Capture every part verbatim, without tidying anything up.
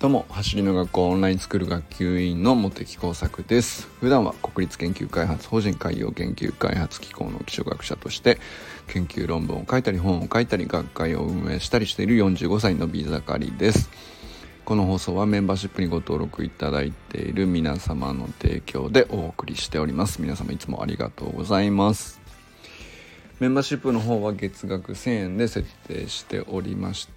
どうも、走りの学校オンラインスクール学級委員の茂木耕作です。普段は国立研究開発法人海洋研究開発機構の基礎学者として研究論文を書いたり本を書いたり学会を運営したりしているよんじゅうごさいのビー盛りです。この放送はメンバーシップにご登録いただいている皆様の提供でお送りしております。皆様いつもありがとうございます。メンバーシップの方は月額せんえんで設定しておりまして、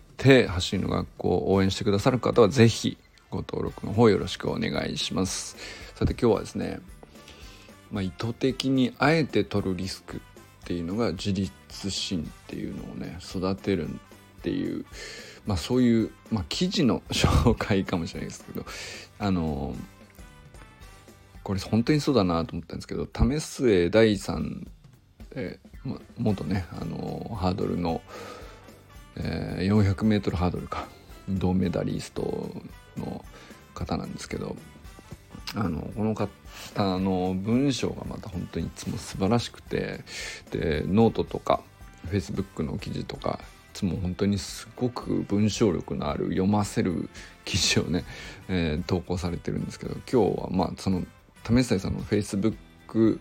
走りの学校を応援してくださる方はぜひご登録の方よろしくお願いします。さて今日はですね、まあ、意図的にあえて取るリスクっていうのが自立心っていうのをね育てるっていう、まあ、そういう、まあ、記事の紹介かもしれないですけど、あのこれ本当にそうだなと思ったんですけど、為末大さん、えーま、元ねあのハードルのえー、よんひゃくメートルハードルか銅メダリストの方なんですけど、あのこの方の文章がまた本当にいつも素晴らしくて、でノートとか Facebook の記事とかいつも本当にすごく文章力のある読ませる記事をね、えー、投稿されてるんですけど、今日はまあその為末さんの Facebook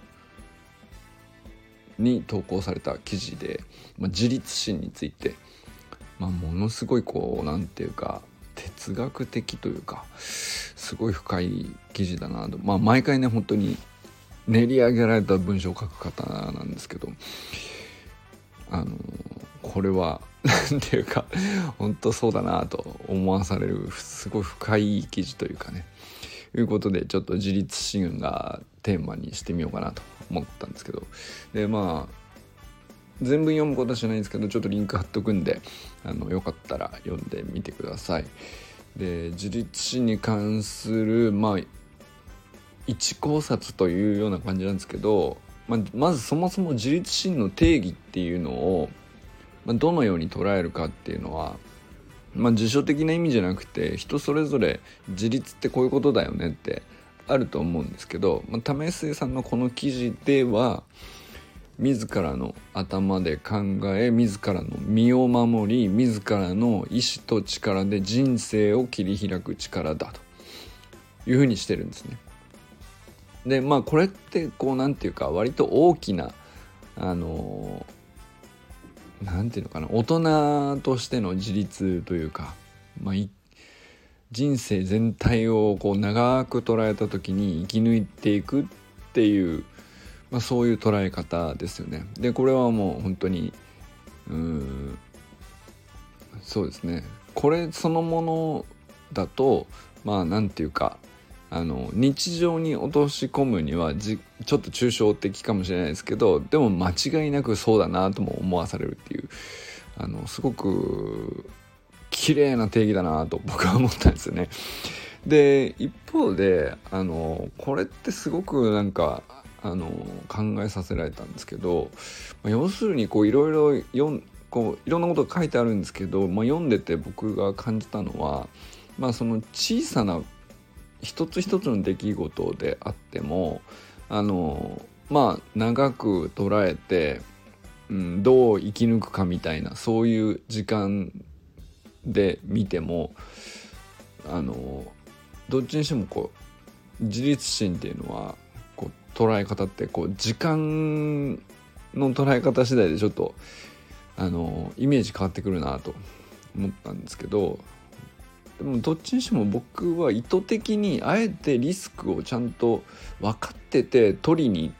に投稿された記事で、まあ、自立心についてまあ、ものすごいこうなんていうか哲学的というかすごい深い記事だなと、まあ、毎回ね本当に練り上げられた文章を書く方なんですけど、あのこれはなんていうか本当そうだなと思わされるすごい深い記事というかね、いうことでちょっと自立心がテーマにしてみようかなと思ったんですけど、でまあ全文読むことはしないんですけど、ちょっとリンク貼っとくんで、あのよかったら読んでみてください。で自立心に関するまあ一考察というような感じなんですけど、まあ、まずそもそも自立心の定義っていうのを、まあ、どのように捉えるかっていうのは、まあ、辞書的な意味じゃなくて人それぞれ自立ってこういうことだよねってあると思うんですけど、まあ、為末さんのこの記事では自らの頭で考え、自らの身を守り、自らの意志と力で人生を切り開く力だというふうにしてるんですね。でまあこれってこうなんていうか割と大きなあのなんていうのかな大人としての自立というか、まあ、人生全体をこう長く捉えた時に生き抜いていくっていうまあ、そういう捉え方ですよね。でこれはもう本当にうーんそうですね、これそのものだとまあなんていうかあの日常に落とし込むにはじちょっと抽象的かもしれないですけど、でも間違いなくそうだなとも思わされるっていう、あのすごく綺麗な定義だなと僕は思ったんですよね。で一方であのこれってすごくなんかあの考えさせられたんですけど、まあ、要するにこういろいろ読んこういろんなことが書いてあるんですけど、まあ、読んでて僕が感じたのは、まあ、その小さな一つ一つの出来事であってもあのまあ長く捉えて、うん、どう生き抜くかみたいなそういう時間で見てもあのどっちにしてもこう自立心っていうのはこう捉え方ってこう時間の捉え方次第でちょっとあのイメージ変わってくるなと思ったんですけど、でもどっちにしても僕は意図的にあえてリスクをちゃんと分かってて取りに行って、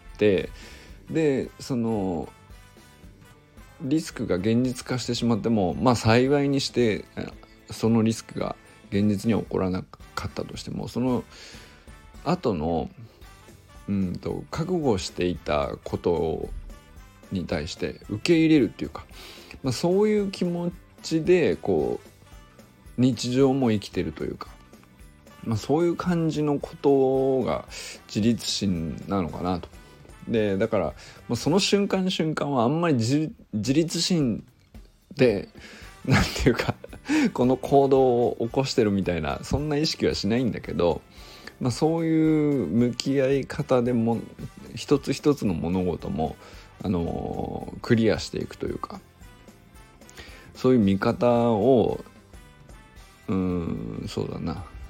でそのリスクが現実化してしまってもまあ幸いにしてそのリスクが現実には起こらなかったとしても、その後のうんと覚悟していたことに対して受け入れるっていうか、まあ、そういう気持ちでこう日常も生きてるというか、まあ、そういう感じのことが自立心なのかなと。でだから、まあ、その瞬間瞬間はあんまり 自, 自立心でなんていうかこの行動を起こしてるみたいなそんな意識はしないんだけど、まあ、そういう向き合い方でも一つ一つの物事も、あのー、クリアしていくというか、そういう見方をうーんそうだな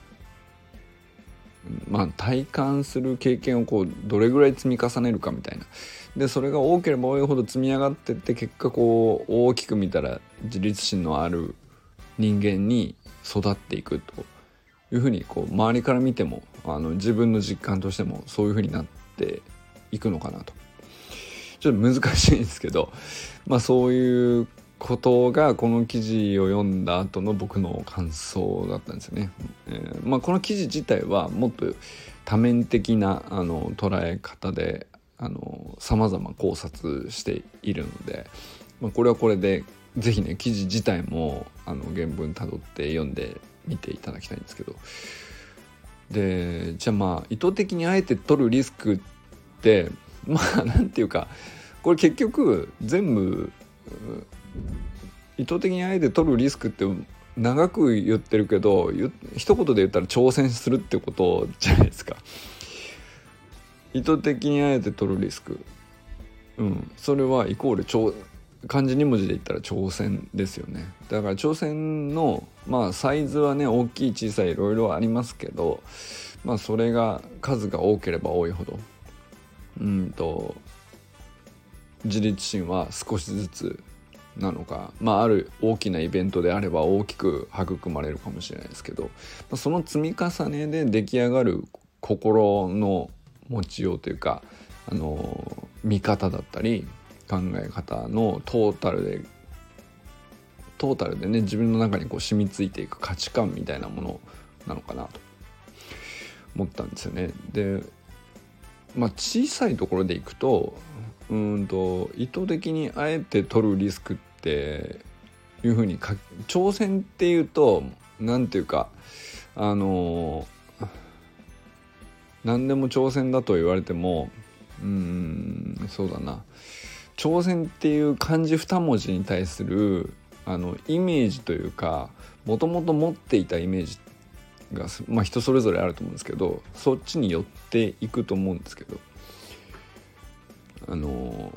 まあ、体感する経験をこうどれぐらい積み重ねるかみたいな。でそれが多ければ多いほど積み上がってって、結果こう大きく見たら自立心のある人間に育っていくというふうに、こう周りから見てもあの自分の実感としてもそういうふうになっていくのかなと。ちょっと難しいんですけど、まあそういうことがこの記事を読んだ後の僕の感想だったんですよね。えーまあ、この記事自体はもっと多面的なあの捉え方であの様々考察しているので、まあ、これはこれでぜひね記事自体もあの原文たどって読んでみていただきたいんですけど、でじゃあまあ意図的にあえて取るリスクってまあなんていうか、これ結局全部意図的にあえて取るリスクって長く言ってるけど、一言で言ったら挑戦するってことじゃないですか。意図的にあえて取るリスク、うん、それはイコール挑漢字に文字で言ったら挑戦ですよね。だから挑戦のまあサイズはね大きい小さいいろいろありますけど、まあそれが数が多ければ多いほどうんと自立心は少しずつなのか、まあある大きなイベントであれば大きく育まれるかもしれないですけど、その積み重ねで出来上がる心の持ちようというか、あの見方だったり考え方のトータルでトータルでね自分の中にこう染みついていく価値観みたいなものなのかなと思ったんですよね。で、まあ小さいところでいくと、うんと意図的にあえて取るリスクっていうふうにか挑戦っていうとなんていうかあの何でも挑戦だと言われてもうーんそうだな挑戦っていう漢字二文字に対するあのイメージというか、もともと持っていたイメージが、まあ、人それぞれあると思うんですけど、そっちに寄っていくと思うんですけど、あの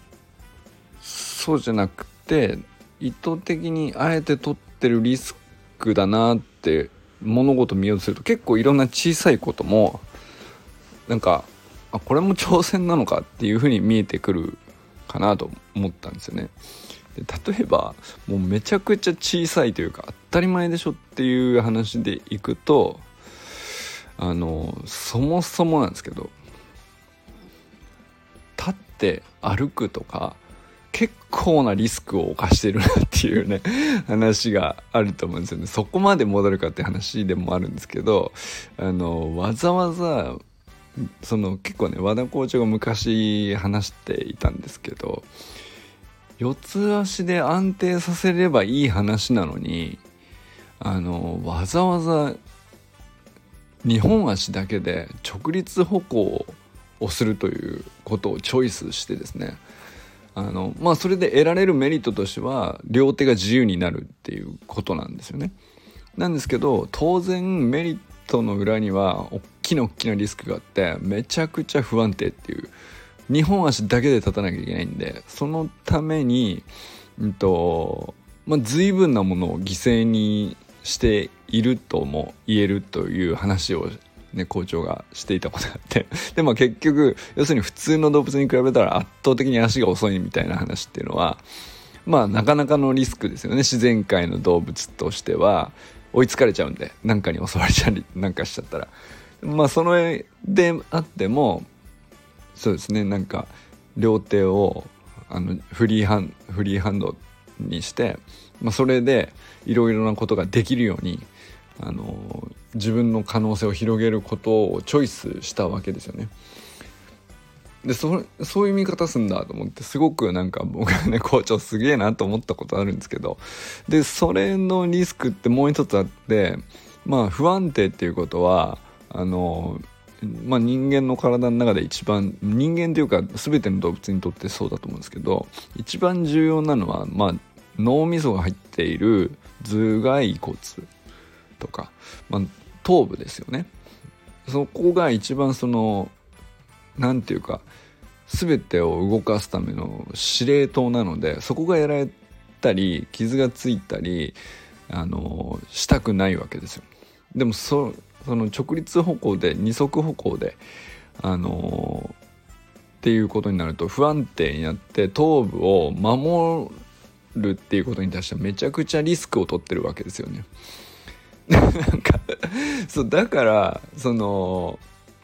そうじゃなくて意図的にあえて取ってるリスクだなって物事見ようとすると、結構いろんな小さいこともなんかあこれも挑戦なのかっていう風に見えてくるかなと思ったんですよね。で例えばもうめちゃくちゃ小さいというか当たり前でしょっていう話でいくと、あのそもそもなんですけど、立って歩くとか結構なリスクを冒してるなっていうね話があると思うんですよね。そこまで戻るかって話でもあるんですけど、あのわざわざその結構ね和田校長が昔話していたんですけど、四つ足で安定させればいい話なのに、あのわざわざ二本足だけで直立歩行をするということをチョイスしてですね、あのまあそれで得られるメリットとしては両手が自由になるっていうことなんですよね。なんですけど当然メリットの裏には大きな大きなリスクがあって、めちゃくちゃ不安定っていう、にほん足だけで立たなきゃいけないんで、そのためにうんとまあ随分なものを犠牲にしているとも言えるという話をね校長がしていたことがあってでも結局要するに普通の動物に比べたら圧倒的に足が遅いみたいな話っていうのはまあなかなかのリスクですよね。自然界の動物としては追いつかれちゃうんで、何かに襲われちゃりなんかしちゃったら、まあその絵であってもそうですね、なんか両手をあのフリーハンフリーハンドにして、まあ、それでいろいろなことができるようにあの自分の可能性を広げることをチョイスしたわけですよね。で そ, そういう見方すんだと思って、すごくなんか僕はね校長すげえなと思ったことあるんですけど、でそれのリスクってもう一つあって、まあ不安定っていうことはあのまあ、人間の体の中で一番、人間というか全ての動物にとってそうだと思うんですけど、一番重要なのは、まあ、脳みそが入っている頭蓋骨とか、まあ、頭部ですよね。そこが一番そのなんていうか全てを動かすための司令塔なので、そこがやられたり傷がついたりあのしたくないわけですよ。でもそその直立歩行で二足歩行であのー、っていうことになると不安定になって頭部を守るっていうことに対してはめちゃくちゃリスクを取ってるわけですよね。なんかそうだからその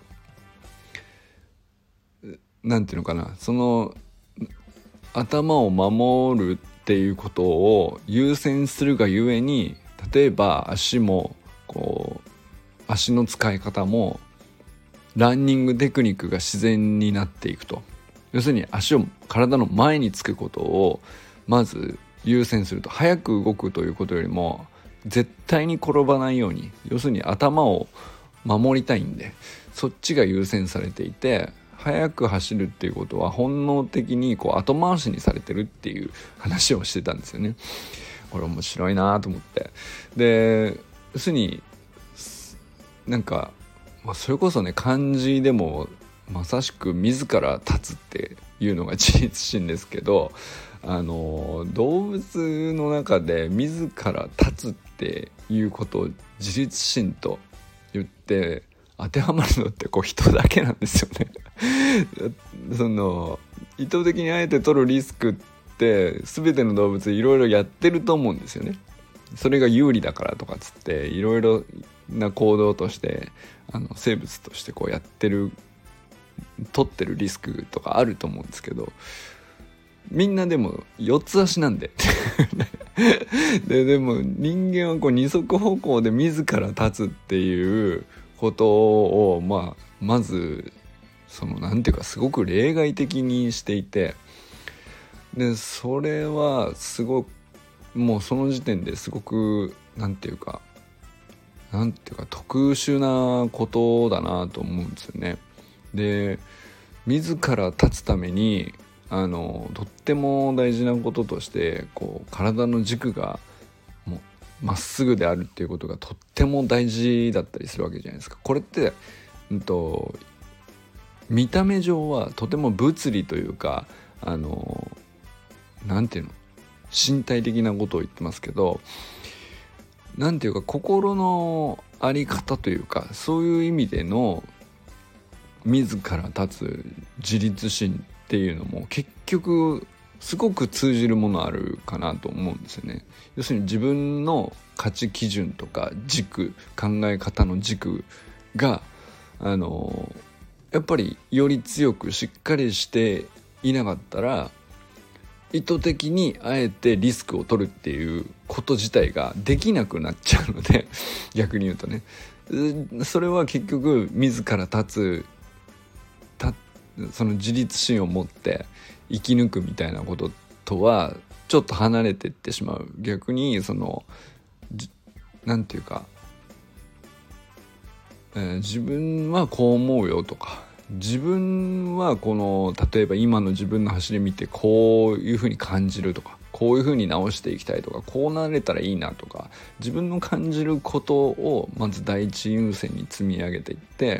なんていうのかな、その頭を守るっていうことを優先するがゆえに、例えば足もこう足の使い方もランニングテクニックが自然になっていくと、要するに足を体の前につくことをまず優先すると、早く動くということよりも絶対に転ばないように、要するに頭を守りたいんでそっちが優先されていて、速く走るっていうことは本能的にこう後回しにされてるっていう話をしてたんですよね。これ面白いなと思って、で要するになんか、まあ、それこそね漢字でもまさしく自ら立つっていうのが自律心ですけど、あの動物の中で自ら立つっていうことを自律心と言って当てはまるのってこう人だけなんですよね。その意図的にあえて取るリスクって全ての動物いろいろやってると思うんですよね。それが有利だからとかつっていろいろな行動としてあの生物としてこうやってる取ってるリスクとかあると思うんですけど、みんなでも四つ足なんでで, でも人間はこう二足歩行で自ら立つっていうことを、まあ、まずそのなんていうかすごく例外的にしていて、でそれはすごくもうその時点ですごくなんていうかなんていうか特殊なことだなと思うんですよね。で自ら立つためにあのとっても大事なこととしてこう体の軸がもうまっすぐであるっていうことがとっても大事だったりするわけじゃないですか。これって、うんと、見た目上はとても物理というかあのなんていうの身体的なことを言ってますけど、なんていうか心のあり方というかそういう意味での自ら立つ自律心っていうのも結局すごく通じるものあるかなと思うんですよね。要するに自分の価値基準とか軸、考え方の軸があのやっぱりより強くしっかりしていなかったら意図的にあえてリスクを取るっていうこと自体ができなくなっちゃうので逆に言うとね、それは結局自ら立つたその自立心を持って生き抜くみたいなこととはちょっと離れていってしまう。逆にそのなんていうか、えー、自分はこう思うよとか、自分はこの例えば今の自分の走り見てこういうふうに感じるとか、こういうふうに直していきたいとか、こうなれたらいいなとか、自分の感じることをまず第一優先に積み上げていって、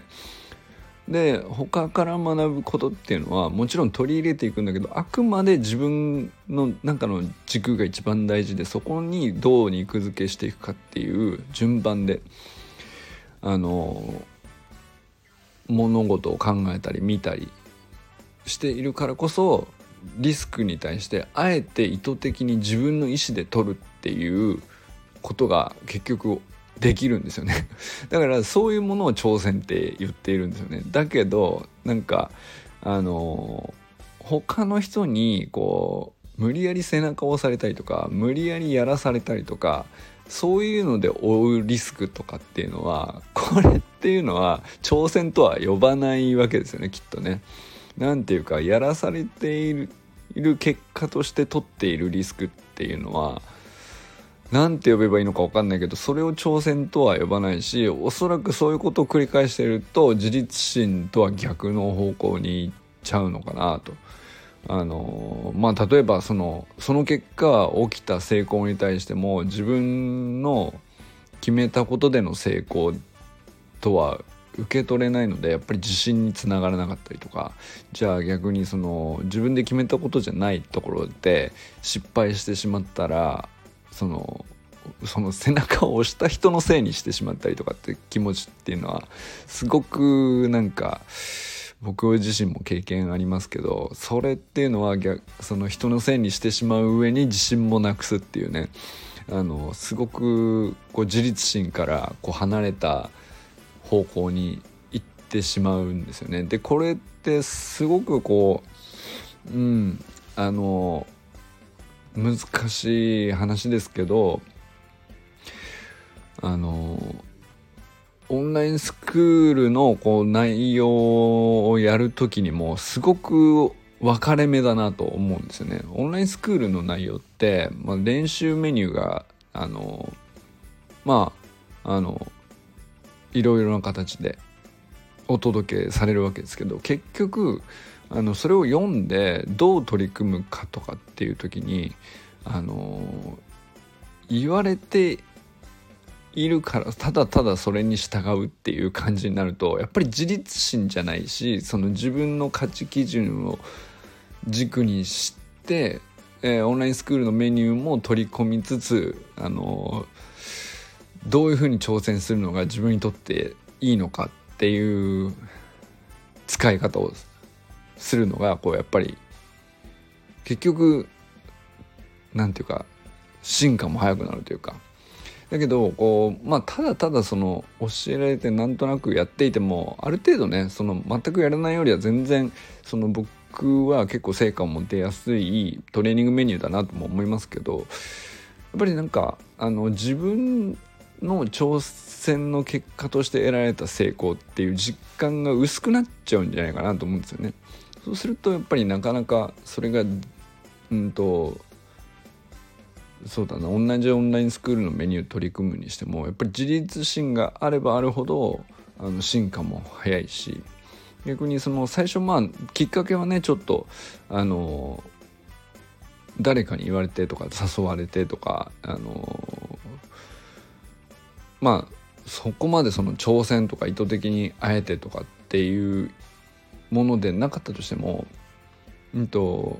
で他から学ぶことっていうのはもちろん取り入れていくんだけど、あくまで自分の中の軸が一番大事で、そこにどう肉付けしていくかっていう順番であの物事を考えたり見たりしているからこそ、リスクに対してあえて意図的に自分の意思で取るっていうことが結局できるんですよね。だからそういうものを挑戦って言っているんですよね。だけどなんかあの他の人にこう無理やり背中を押されたりとか、無理やりやらされたりとか、そういうので負うリスクとかっていうのは、これっていうのは挑戦とは呼ばないわけですよね、きっとね。なんていうか、やらされている、いる結果として取っているリスクっていうのはなんて呼べばいいのか分かんないけど、それを挑戦とは呼ばないし、おそらくそういうことを繰り返していると自律心とは逆の方向に行っちゃうのかなと。あのまあ例えばそのその結果起きた成功に対しても、自分の決めたことでの成功とは受け取れないので、やっぱり自信につながらなかったりとか、じゃあ逆にその自分で決めたことじゃないところで失敗してしまったら、そのその背中を押した人のせいにしてしまったりとかって気持ちっていうのはすごくなんか僕自身も経験ありますけど、それっていうのは逆その人のせいにしてしまう上に自信もなくすっていうね、あのすごくこう自立心からこう離れた方向に行ってしまうんですよね。でこれってすごくこううんあの難しい話ですけど、あのオンラインスクールのこう内容をやるときにもすごく分かれ目だなと思うんですよね。オンラインスクールの内容って、まあ、練習メニューがあのまああのいろいろな形でお届けされるわけですけど、結局あのそれを読んでどう取り組むかとかっていう時にあの言われているからただただそれに従うっていう感じになると、やっぱり自立心じゃないし、その自分の価値基準を軸にして、えー、オンラインスクールのメニューも取り込みつつ、あのどういうふうに挑戦するのが自分にとっていいのかっていう使い方をするのがこうやっぱり結局なんていうか進化も早くなるというか、だけどこう、まあ、ただただその教えられてなんとなくやっていても、ある程度ねその全くやらないよりは全然その僕は結構成果も出やすいトレーニングメニューだなとも思いますけど、やっぱりなんかあの自分の挑戦の結果として得られた成功っていう実感が薄くなっちゃうんじゃないかなと思うんですよね。そうするとやっぱりなかなかそれがうんとそうだな同じオンラインスクールのメニュー取り組むにしてもやっぱり自立心があればあるほどあの進化も早いし、逆にその最初まあきっかけはねちょっとあの誰かに言われてとか誘われてとかあのまあそこまでその挑戦とか意図的にあえてとかっていうものでなかったとしても、うんと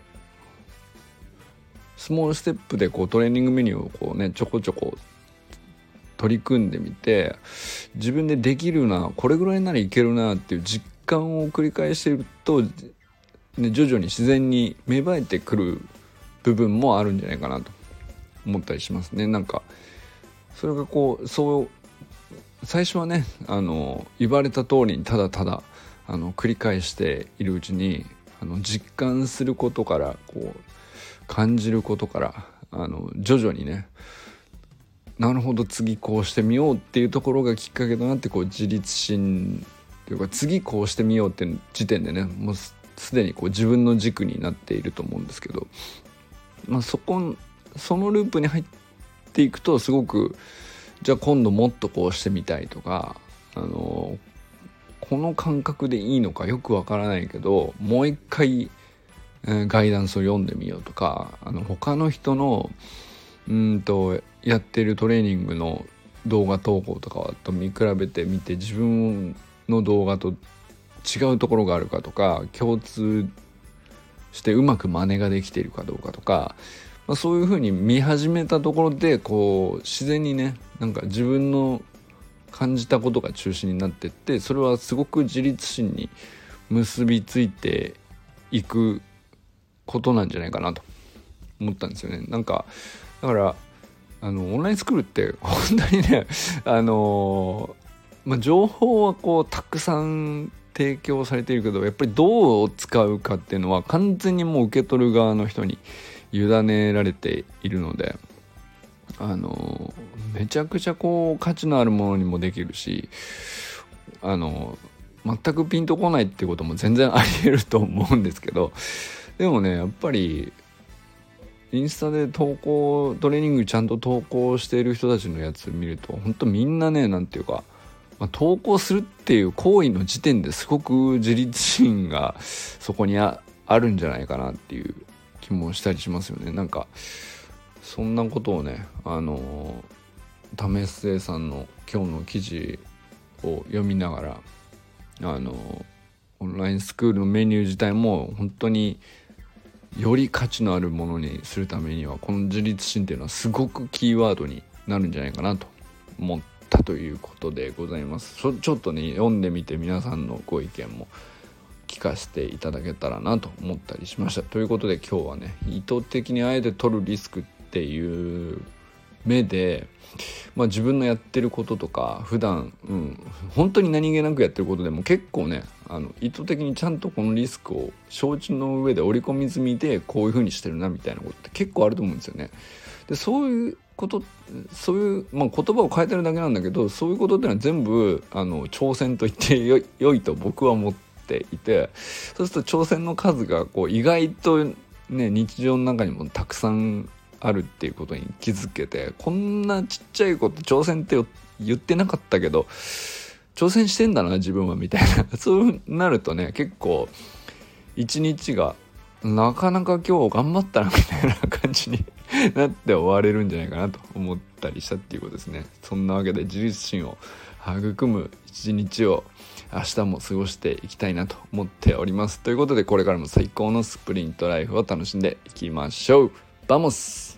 スモールステップでこうトレーニングメニューをこうねちょこちょこ取り組んでみて、自分でできるなこれぐらいならいけるなっていう実感を繰り返していると、ね、徐々に自然に芽生えてくる部分もあるんじゃないかなと思ったりしますね。なんかそれがこうそう最初はねあの言われた通りにただただあの繰り返しているうちにあの実感することからこう感じることからあの徐々にねなるほど次こうしてみようっていうところがきっかけとなってこう自立心というか次こうしてみようっていう時点でねもうすでにこう自分の軸になっていると思うんですけど、まあ、そこそのループに入っていくとすごくじゃあ今度もっとこうしてみたいとかあのこの感覚でいいのかよくわからないけどもう一回ガイダンスを読んでみようとか、あの他の人のうんとやってるトレーニングの動画投稿とかと見比べてみて自分の動画と違うところがあるかとか共通してうまく真似ができているかどうかとか、まあ、そういう風に見始めたところでこう自然にねなんか自分の感じたことが中心になっていって、それはすごく自立心に結びついていくことなんじゃないかなと思ったんですよね。なんかだからあのオンラインスクールって本当にねあの、まあ、情報はこうたくさん提供されているけどやっぱりどう使うかっていうのは完全にもう受け取る側の人に委ねられているので、あのめちゃくちゃこう価値のあるものにもできるし、あの全くピンとこないってことも全然あり得ると思うんですけど、でもねやっぱりインスタで投稿トレーニングちゃんと投稿している人たちのやつ見ると本当みんなねなんていうか、まあ、投稿するっていう行為の時点ですごく自立心がそこに あ, あるんじゃないかなっていう気もしたりしますよね。なんかそんなことをねあの為末さんの今日の記事を読みながらあのオンラインスクールのメニュー自体も本当により価値のあるものにするためにはこの自立心っていうのはすごくキーワードになるんじゃないかなと思ったということでございます。ちょ、ちょっとね読んでみて皆さんのご意見も聞かせていただけたらなと思ったりしました。ということで今日はね、意図的にあえて取るリスクっていう目で、まあ、自分のやってることとか普段、うん、本当に何気なくやってることでも結構ね、あの意図的にちゃんとこのリスクを承知の上で織り込み済みでこういう風にしてるなみたいなことって結構あると思うんですよね。でそういうことそういう、まあ、言葉を変えてるだけなんだけど、そういうことってのは全部あの挑戦と言ってよい、良いと僕は思っていて、そうすると挑戦の数がこう意外とね日常の中にもたくさんあるっていうことに気づけて、こんなちっちゃいこと挑戦って言ってなかったけど挑戦してんだな自分はみたいなそうなるとね、結構一日がなかなか今日頑張ったなみたいな感じになって終われるんじゃないかなと思ったりしたっていうことですね。そんなわけで自立心を育む一日を明日も過ごしていきたいなと思っております。ということでこれからも最高のスプリントライフを楽しんでいきましょう。バモス。